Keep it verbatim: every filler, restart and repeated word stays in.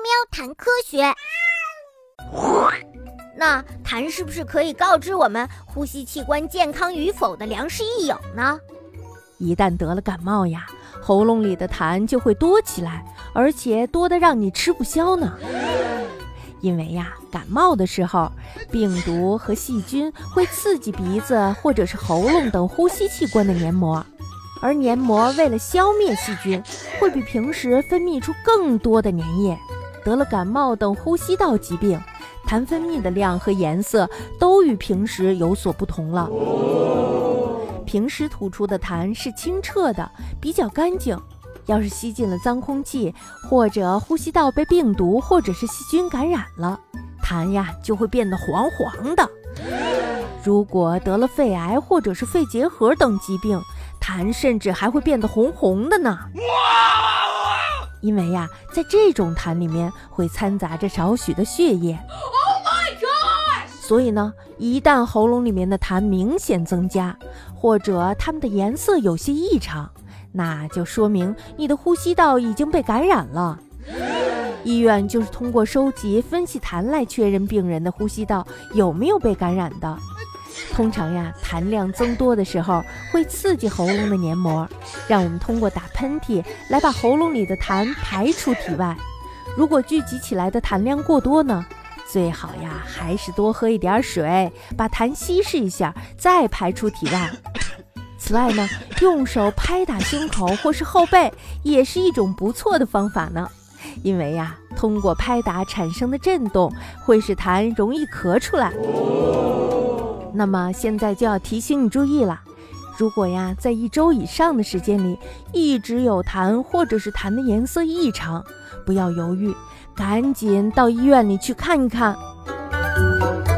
喵谈科学。那痰是不是可以告知我们呼吸器官健康与否的良师益友呢？ 一旦得了感冒呀，喉咙里的痰就会多起来，而且多得让你吃不消呢。因为呀，感冒的时候，病毒和细菌会刺激鼻子或者是喉咙等呼吸器官的黏膜，而黏膜为了消灭细菌，会比平时分泌出更多的粘液。得了感冒等呼吸道疾病，痰分泌的量和颜色都与平时有所不同了。平时吐出的痰是清澈的，比较干净。要是吸进了脏空气，或者呼吸道被病毒或者是细菌感染了，痰呀就会变得黄黄的。如果得了肺癌或者是肺结核等疾病，痰甚至还会变得红红的呢。因为呀，在这种痰里面会掺杂着少许的血液。 Oh my god！ 所以呢，一旦喉咙里面的痰明显增加，或者它们的颜色有些异常，那就说明你的呼吸道已经被感染了。医院就是通过收集分析痰来确认病人的呼吸道有没有被感染的。通常呀，痰量增多的时候会刺激喉咙的黏膜，让我们通过打喷嚏来把喉咙里的痰排出体外。如果聚集起来的痰量过多呢，最好呀还是多喝一点水，把痰稀释一下，再排出体外。此外呢，用手拍打胸口或是后背也是一种不错的方法呢。因为呀，通过拍打产生的震动会使痰容易咳出来。那么现在就要提醒你注意了，如果呀在一周以上的时间里一直有痰，或者是痰的颜色异常，不要犹豫，赶紧到医院里去看一看。